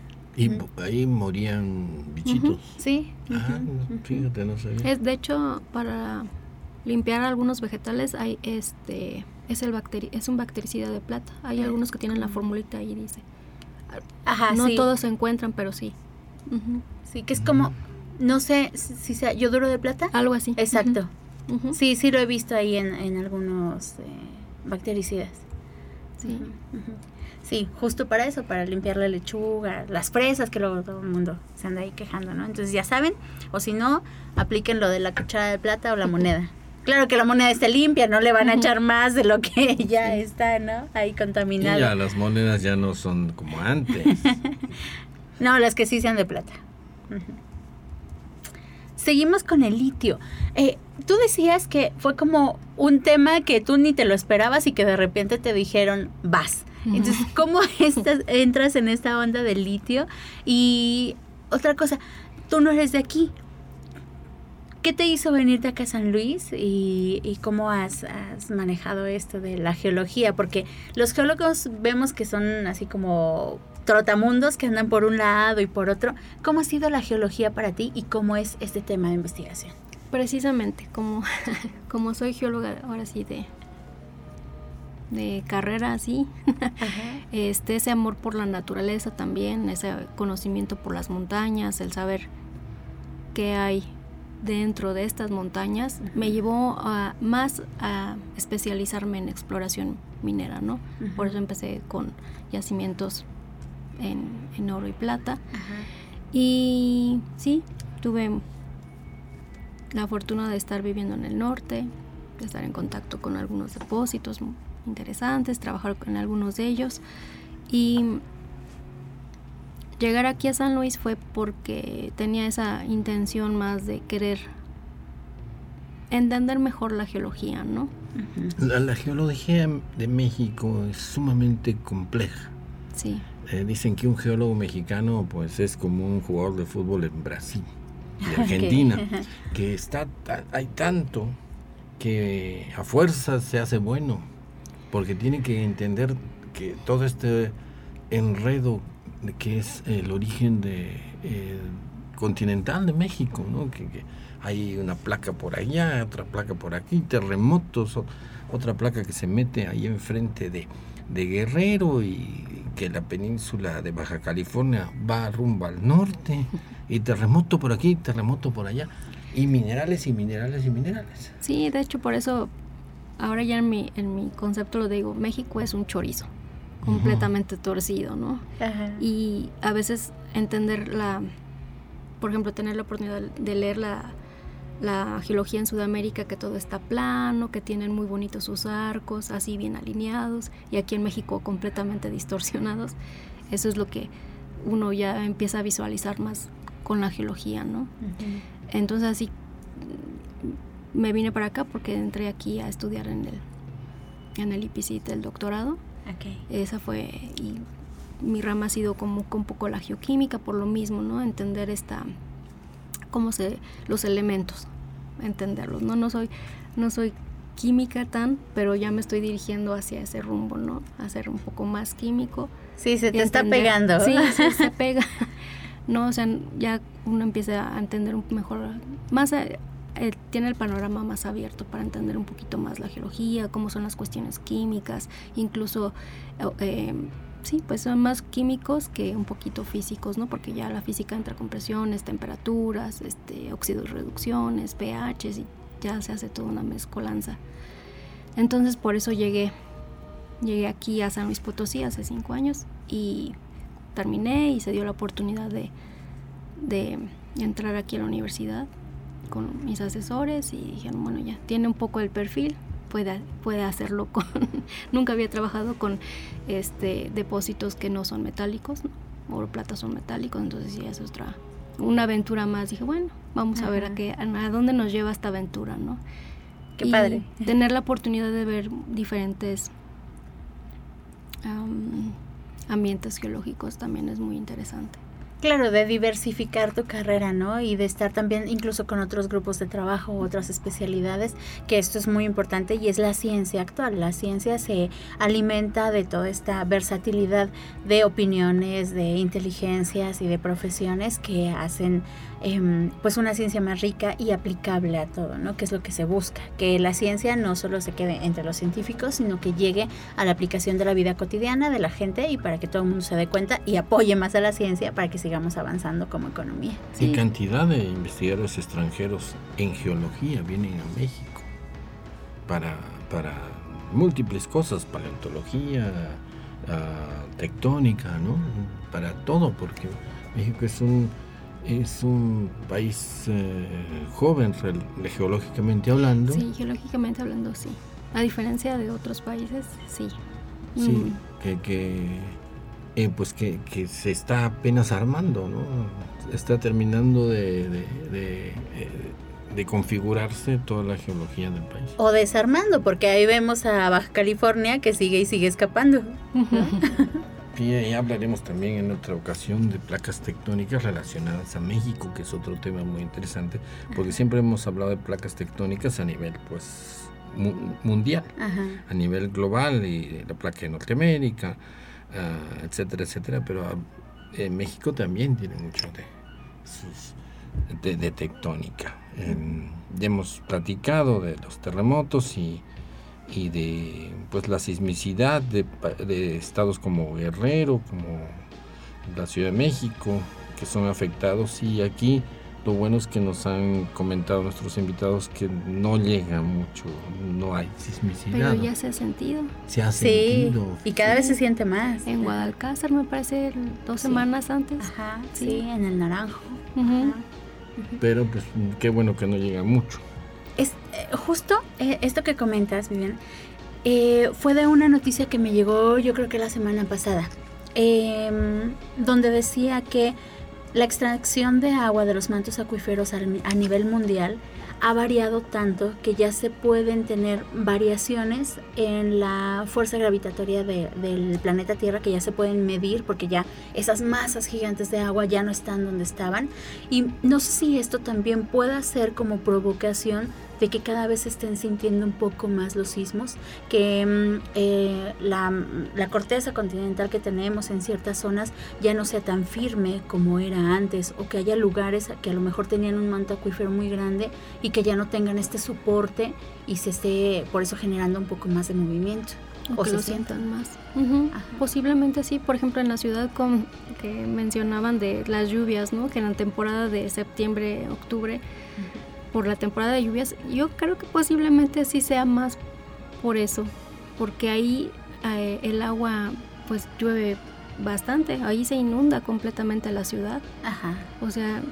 Y uh-huh. ahí morían bichitos. Uh-huh. Sí. Ah, uh-huh. fíjate, no sabía. Es, de hecho, para limpiar algunos vegetales hay este es el bacteri- es un bactericida de plata. Hay uh-huh. algunos que tienen la formulita ahí dice. Ajá, no sí. todos se encuentran, pero sí. Uh-huh. Sí, que es como no sé si sea yoduro de plata. Algo así. Exacto. Uh-huh. Uh-huh. Sí, sí lo he visto ahí en, en algunos eh, bactericidas. Sí. Uh-huh. Uh-huh. Sí, justo para eso, para limpiar la lechuga, las fresas, que luego todo el mundo se anda ahí quejando, ¿no? Entonces ya saben, o si no, apliquen lo de la cuchara de plata o la moneda. Claro que la moneda esté limpia, no le van a echar más de lo que ya está, ¿no? Ahí contaminada. Y ya las monedas ya no son como antes. No, las que sí sean de plata. Uh-huh. Seguimos con el litio. Eh, tú decías que fue como un tema que tú ni te lo esperabas y que de repente te dijeron, vas. Entonces, ¿cómo estás, entras en esta onda del litio? Y otra cosa, tú no eres de aquí. ¿Qué te hizo venirte acá a San Luis y, y cómo has, has manejado esto de la geología? Porque los geólogos vemos que son así como trotamundos que andan por un lado y por otro. ¿Cómo ha sido la geología para ti y cómo es este tema de investigación? Precisamente, como, como soy geóloga, ahora sí, de, de carrera así, este, ese amor por la naturaleza también, ese conocimiento por las montañas, el saber qué hay dentro de estas montañas, uh-huh. me llevó a, más a especializarme en exploración minera, ¿no? Uh-huh. Por eso empecé con yacimientos en, en oro y plata. Uh-huh. Y sí, tuve la fortuna de estar viviendo en el norte, de estar en contacto con algunos depósitos interesantes, trabajar con algunos de ellos. Y llegar aquí a San Luis fue porque tenía esa intención más de querer entender mejor la geología, ¿no? La, la geología de México es sumamente compleja. Sí. Eh, dicen que un geólogo mexicano pues es como un jugador de fútbol en Brasil, de Argentina, okay. que está hay tanto que a fuerza se hace bueno, porque tiene que entender que todo este enredo que es el origen de eh, continental de México, ¿no? Que, que hay una placa por allá, otra placa por aquí, terremotos, o, otra placa que se mete ahí enfrente de, de Guerrero, y que la península de Baja California va rumbo al norte, y terremoto por aquí, terremoto por allá, y minerales y minerales y minerales. Sí, de hecho por eso ahora ya en mi, en mi concepto lo digo, México es un chorizo completamente uh-huh. torcido, ¿no? Ajá. Y a veces entender la, por ejemplo, tener la oportunidad de leer la, la geología en Sudamérica, que todo está plano, que tienen muy bonitos sus arcos, así bien alineados, y aquí en México completamente distorsionados. Eso es lo que uno ya empieza a visualizar más con la geología, ¿no? Uh-huh. Entonces así me vine para acá porque entré aquí a estudiar en el, en el I P C I T, el doctorado. Okay. Esa fue, y mi rama ha sido como un poco la geoquímica, por lo mismo, ¿no? Entender esta, cómo se, los elementos, entenderlos, ¿no? No soy, no soy química tan, pero ya me estoy dirigiendo hacia ese rumbo, ¿no? A ser un poco más químico. Sí, se te está pegando. Sí, sí, se pega. No, o sea, ya uno empieza a entender un mejor, más a, Eh, tiene el panorama más abierto para entender un poquito más la geología, cómo son las cuestiones químicas, incluso eh, sí, pues son más químicos que un poquito físicos, ¿no? Porque ya la física entra con presiones, temperaturas, este, óxidos, reducciones, pHs, y ya se hace toda una mezcolanza. Entonces por eso llegué llegué aquí a San Luis Potosí hace cinco años y terminé, y se dio la oportunidad de, de entrar aquí a la universidad con mis asesores, y dijeron, bueno, ya tiene un poco el perfil, puede, puede hacerlo con... Nunca había trabajado con este depósitos que no son metálicos, ¿no? Oro, plata son metálicos, entonces ya es otra, una aventura más. Dije, bueno, vamos Ajá. a ver a, qué, a dónde nos lleva esta aventura, ¿no? Qué y padre. Tener la oportunidad de ver diferentes um, ambientes geológicos también es muy interesante. Claro, de diversificar tu carrera, ¿no? Y de estar también incluso con otros grupos de trabajo, otras especialidades, que esto es muy importante, y es la ciencia actual. La ciencia se alimenta de toda esta versatilidad de opiniones, de inteligencias y de profesiones que hacen eh, pues una ciencia más rica y aplicable a todo, ¿no? Que es lo que se busca, que la ciencia no solo se quede entre los científicos, sino que llegue a la aplicación de la vida cotidiana de la gente, y para que todo el mundo se dé cuenta y apoye más a la ciencia para que sigamos avanzando como economía. Sí. Y cantidad de investigadores extranjeros en geología vienen a México para, para múltiples cosas, paleontología, uh, tectónica, ¿no? Para todo, porque México es un es un país eh, joven geológicamente hablando. Sí, geológicamente hablando, sí. A diferencia de otros países, sí. Sí, mm. que, que eh, pues que, que se está apenas armando, ¿no? Está terminando de, de, de, eh, de configurarse toda la geología del país. O desarmando, porque ahí vemos a Baja California que sigue y sigue escapando, ¿no? Y ahí hablaremos también en otra ocasión de placas tectónicas relacionadas a México, que es otro tema muy interesante, porque siempre hemos hablado de placas tectónicas a nivel pues mu- mundial, Ajá. a nivel global, y la placa de Norteamérica, uh, etcétera, etcétera, pero uh, México también tiene mucho de, sus, de, de tectónica. Eh, ya hemos platicado de los terremotos y y de pues la sismicidad de, de estados como Guerrero, como la Ciudad de México, que son afectados, y aquí Lo bueno es que nos han comentado nuestros invitados que no llega mucho, no hay sismicidad. Pero ya se ha sentido. Se ha Sí, sentido. y cada Sí. vez se siente más. En Guadalcázar, me parece, dos Sí. semanas antes. Ajá, sí, Sí. en el Naranjo. Ujú. Ajá. Pero pues qué bueno que no llega mucho. Es, eh, justo eh, esto que comentas, Vivian, eh, fue de una noticia que me llegó yo creo que la semana pasada, eh, donde decía que la extracción de agua de los mantos acuíferos al- a nivel mundial ha variado tanto que ya se pueden tener variaciones en la fuerza gravitatoria de- del planeta Tierra, que ya se pueden medir porque ya esas masas gigantes de agua ya no están donde estaban. Y no sé si esto también pueda ser como provocación de que cada vez se estén sintiendo un poco más los sismos, que mm, eh, la, la corteza continental que tenemos en ciertas zonas ya no sea tan firme como era antes, o que haya lugares que a lo mejor tenían un manto acuífero muy grande y que ya no tengan este soporte y se esté por eso generando un poco más de movimiento. O O que se lo sienta. sientan más. Ujú. Ajá. Posiblemente sí, por ejemplo en la ciudad con, que mencionaban de las lluvias, ¿no? Que en la temporada de septiembre, octubre, por la temporada de lluvias, yo creo que posiblemente sí sea más por eso, porque ahí eh, el agua pues llueve bastante, ahí se inunda completamente la ciudad, Ajá. o sea,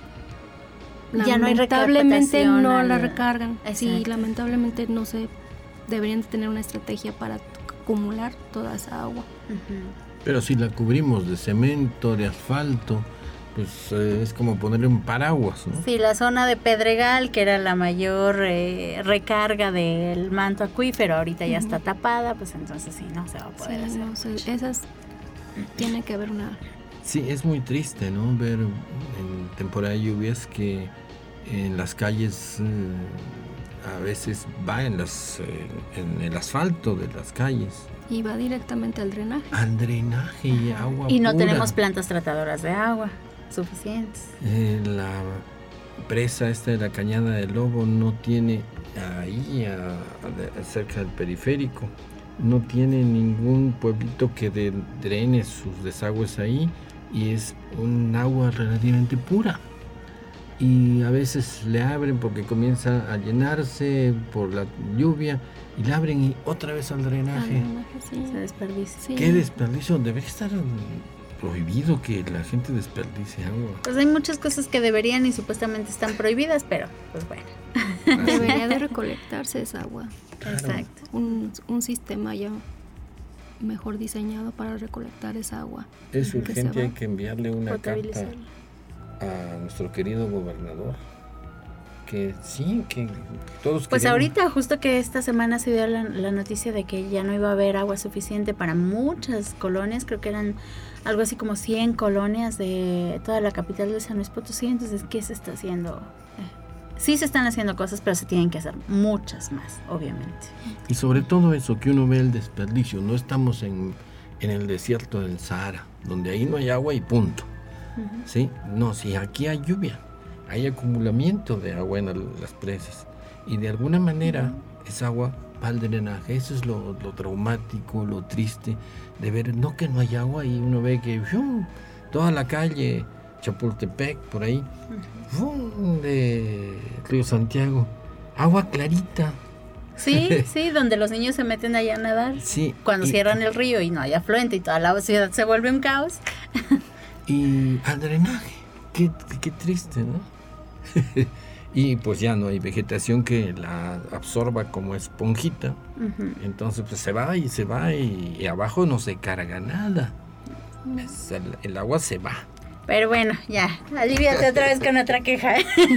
Ya no hay lamentablemente recaptación no al- la recargan, sí, Exacto. lamentablemente no se deberían de tener una estrategia para acumular toda esa agua. Ujú. Pero si la cubrimos de cemento, de asfalto, pues eh, es como ponerle un paraguas, ¿no? Sí, la zona de Pedregal, que era la mayor eh, recarga del manto acuífero, ahorita ya Ujú. está tapada, pues entonces sí, no se va a poder Sí, hacer. no sé, esas tiene que haber una. Sí, es muy triste, ¿no? Ver en temporada de lluvias que en las calles eh, a veces va en, las, eh, en el asfalto de las calles. Y va directamente al drenaje. Al drenaje y agua Y no pura. tenemos plantas tratadoras de agua suficientes. Eh, la presa esta de la Cañada del Lobo no tiene ahí a- a- cerca del periférico, no tiene ningún pueblito que de- drene sus desagües ahí, y es un agua relativamente pura, y a veces le abren porque comienza a llenarse por la lluvia y le abren y otra vez al Al drenaje. drenaje, sí. Se desperdicia. Sí. Qué desperdicio, debe estar prohibido que la gente desperdicie agua. Pues hay muchas cosas que deberían y supuestamente están prohibidas, pero pues bueno. Así. Debería de recolectarse esa agua. Claro. Exacto. Un, un sistema ya mejor diseñado para recolectar esa agua. Es que urgente, se va. hay que enviarle una carta Potabilizarlo. a nuestro querido gobernador. Que sí, que todos Pues queremos- ahorita, justo que esta semana se dio la, la noticia de que ya no iba a haber agua suficiente para muchas colonias, creo que eran algo así como cien colonias de toda la capital de San Luis Potosí. Entonces, ¿qué se está haciendo? Eh, sí se están haciendo cosas, pero se tienen que hacer muchas más, obviamente. Y sobre todo eso, que uno ve el desperdicio. No estamos en, en el desierto del Sahara, donde ahí no hay agua y punto. Ujú. ¿Sí? No, si aquí hay lluvia, hay acumulamiento de agua en el- las presas. Y de alguna manera esa agua va al drenaje. Eso es lo, lo traumático, lo triste de ver, no que no hay agua y uno ve que ¡fium! Toda la calle Chapultepec, por ahí, ¡fum! De Río Santiago, agua clarita. Sí, sí, donde los niños se meten allá a nadar. Sí, Cuando y- cierran el río y no hay afluente y toda la ciudad se vuelve un caos. Y al drenaje, qué, qué triste, ¿no? Y pues ya no hay vegetación que la absorba como esponjita. Ujú. Entonces pues se va y se va y, y abajo no se carga nada. Es el, el agua se va. Pero bueno, ya, aliviate otra vez con otra queja.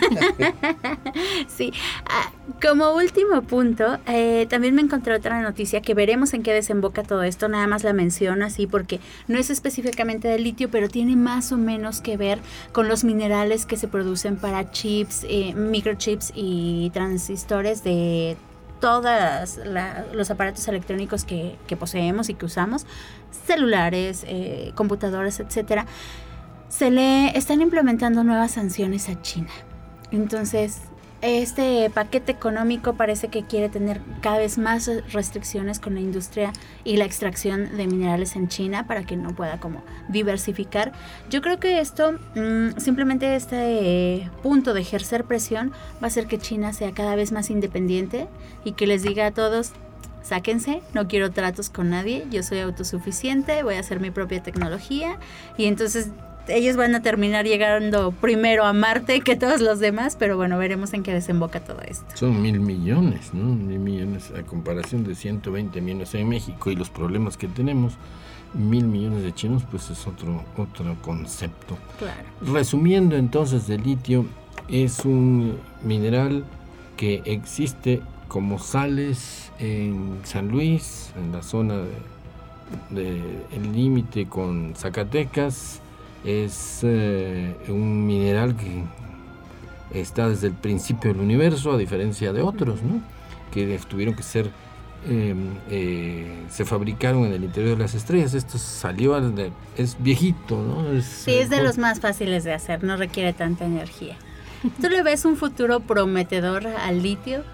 Sí, ah, como último punto, eh, también me encontré otra noticia que veremos en qué desemboca todo esto, nada más la menciono así porque no es específicamente de litio, pero tiene más o menos que ver con los minerales que se producen para chips, eh, microchips y transistores de todos los aparatos electrónicos que, que poseemos y que usamos, celulares, eh, computadoras, etcétera. Se le están implementando nuevas sanciones a China. Entonces, Este paquete económico parece que quiere tener cada vez más restricciones con la industria y la extracción de minerales en China para que no pueda como diversificar. Yo creo que esto, mmm, simplemente este eh, punto de ejercer presión va a hacer que China sea cada vez más independiente y que les diga a todos, sáquense, no quiero tratos con nadie, yo soy autosuficiente, voy a hacer mi propia tecnología y entonces ellos van a terminar llegando primero a Marte que todos los demás, pero bueno, veremos en qué desemboca todo esto. Son mil millones, ¿no? Mil millones a comparación de ciento veinte millones en México y los problemas que tenemos, mil millones de chinos, pues es otro, otro concepto. Claro. Resumiendo entonces, el litio es un mineral que existe como sales en San Luis, en la zona de, de el límite con Zacatecas. Es eh, un mineral que está desde el principio del universo, a diferencia de otros, ¿no? Que tuvieron que ser, eh, eh, se fabricaron en el interior de las estrellas. Esto salió, al de, es viejito, ¿no? Es, sí, es de los más fáciles de hacer, no requiere tanta energía. ¿Tú le ves un futuro prometedor al litio?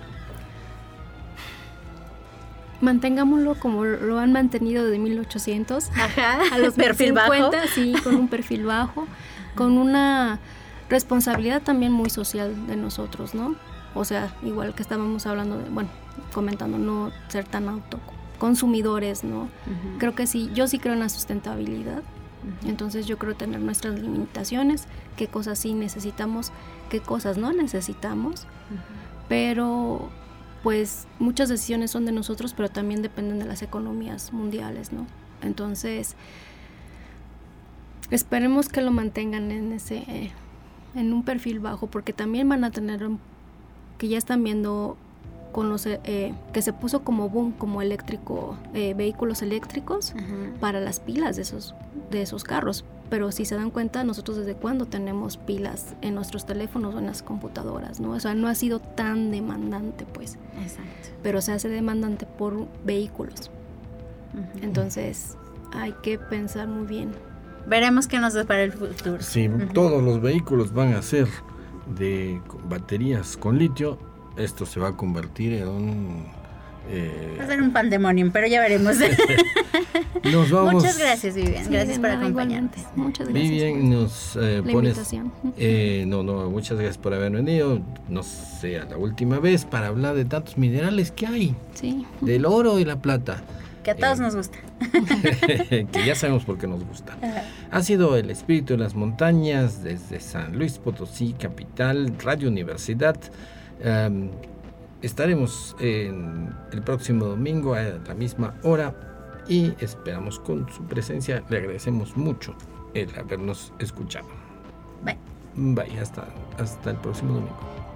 Mantengámoslo como lo han mantenido desde mil ochocientos. Ajá, a los perfil bajo. Sí, con un perfil bajo, con una responsabilidad también muy social de nosotros, ¿no? O sea, igual que estábamos hablando de, bueno, comentando, no ser tan autoconsumidores, ¿no? Uh-huh. Creo que sí, yo sí creo en la sustentabilidad. Uh-huh. Entonces yo creo tener nuestras limitaciones, qué cosas sí necesitamos, qué cosas no necesitamos, uh-huh. pero pues muchas decisiones son de nosotros, pero también dependen de las economías mundiales, ¿no? Entonces, esperemos que lo mantengan en ese, eh, en un perfil bajo, porque también van a tener, que ya están viendo con los, eh, que se puso como boom, como eléctrico, eh, vehículos eléctricos, uh-huh. para las pilas de esos, de esos carros. Pero si se dan cuenta, nosotros desde cuándo tenemos pilas en nuestros teléfonos o en las computadoras, ¿no? O sea, no ha sido tan demandante, pues. Exacto. Pero se hace demandante por vehículos. Uh-huh. Entonces, hay que pensar muy bien. Veremos qué nos depara el futuro. Sí, uh-huh. Todos los vehículos van a ser de baterías con litio. Esto se va a convertir en un... Eh, va a ser un pandemonium, pero ya veremos. Nos vamos. Muchas gracias, Vivian. Sí, gracias por acompañarnos. Muchas gracias. Vivian, nos eh, la pones. Invitación. Eh, no, no, muchas gracias por haber venido. No sea la última vez para hablar de tantos minerales que hay. Sí. Del oro y la plata. Que a todos eh, nos gusta. Que ya sabemos por qué nos gusta. Ajá. Ha sido El Espíritu de las Montañas desde San Luis Potosí, capital, Radio Universidad. Um, Estaremos en el próximo domingo a la misma hora y esperamos con su presencia. Le agradecemos mucho el habernos escuchado. Bye. Bye, hasta, hasta el próximo domingo.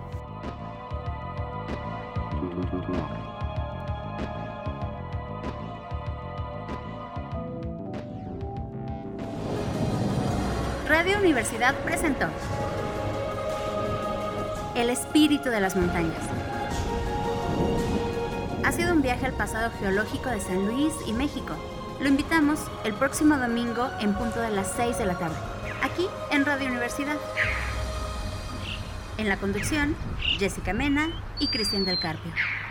Radio Universidad presentó El Espíritu de las Montañas. Ha sido un viaje al pasado geológico de San Luis y México. Lo invitamos el próximo domingo en punto de las seis de la tarde, aquí en Radio Universidad. En la conducción, Jessica Mena y Cristian del Carpio.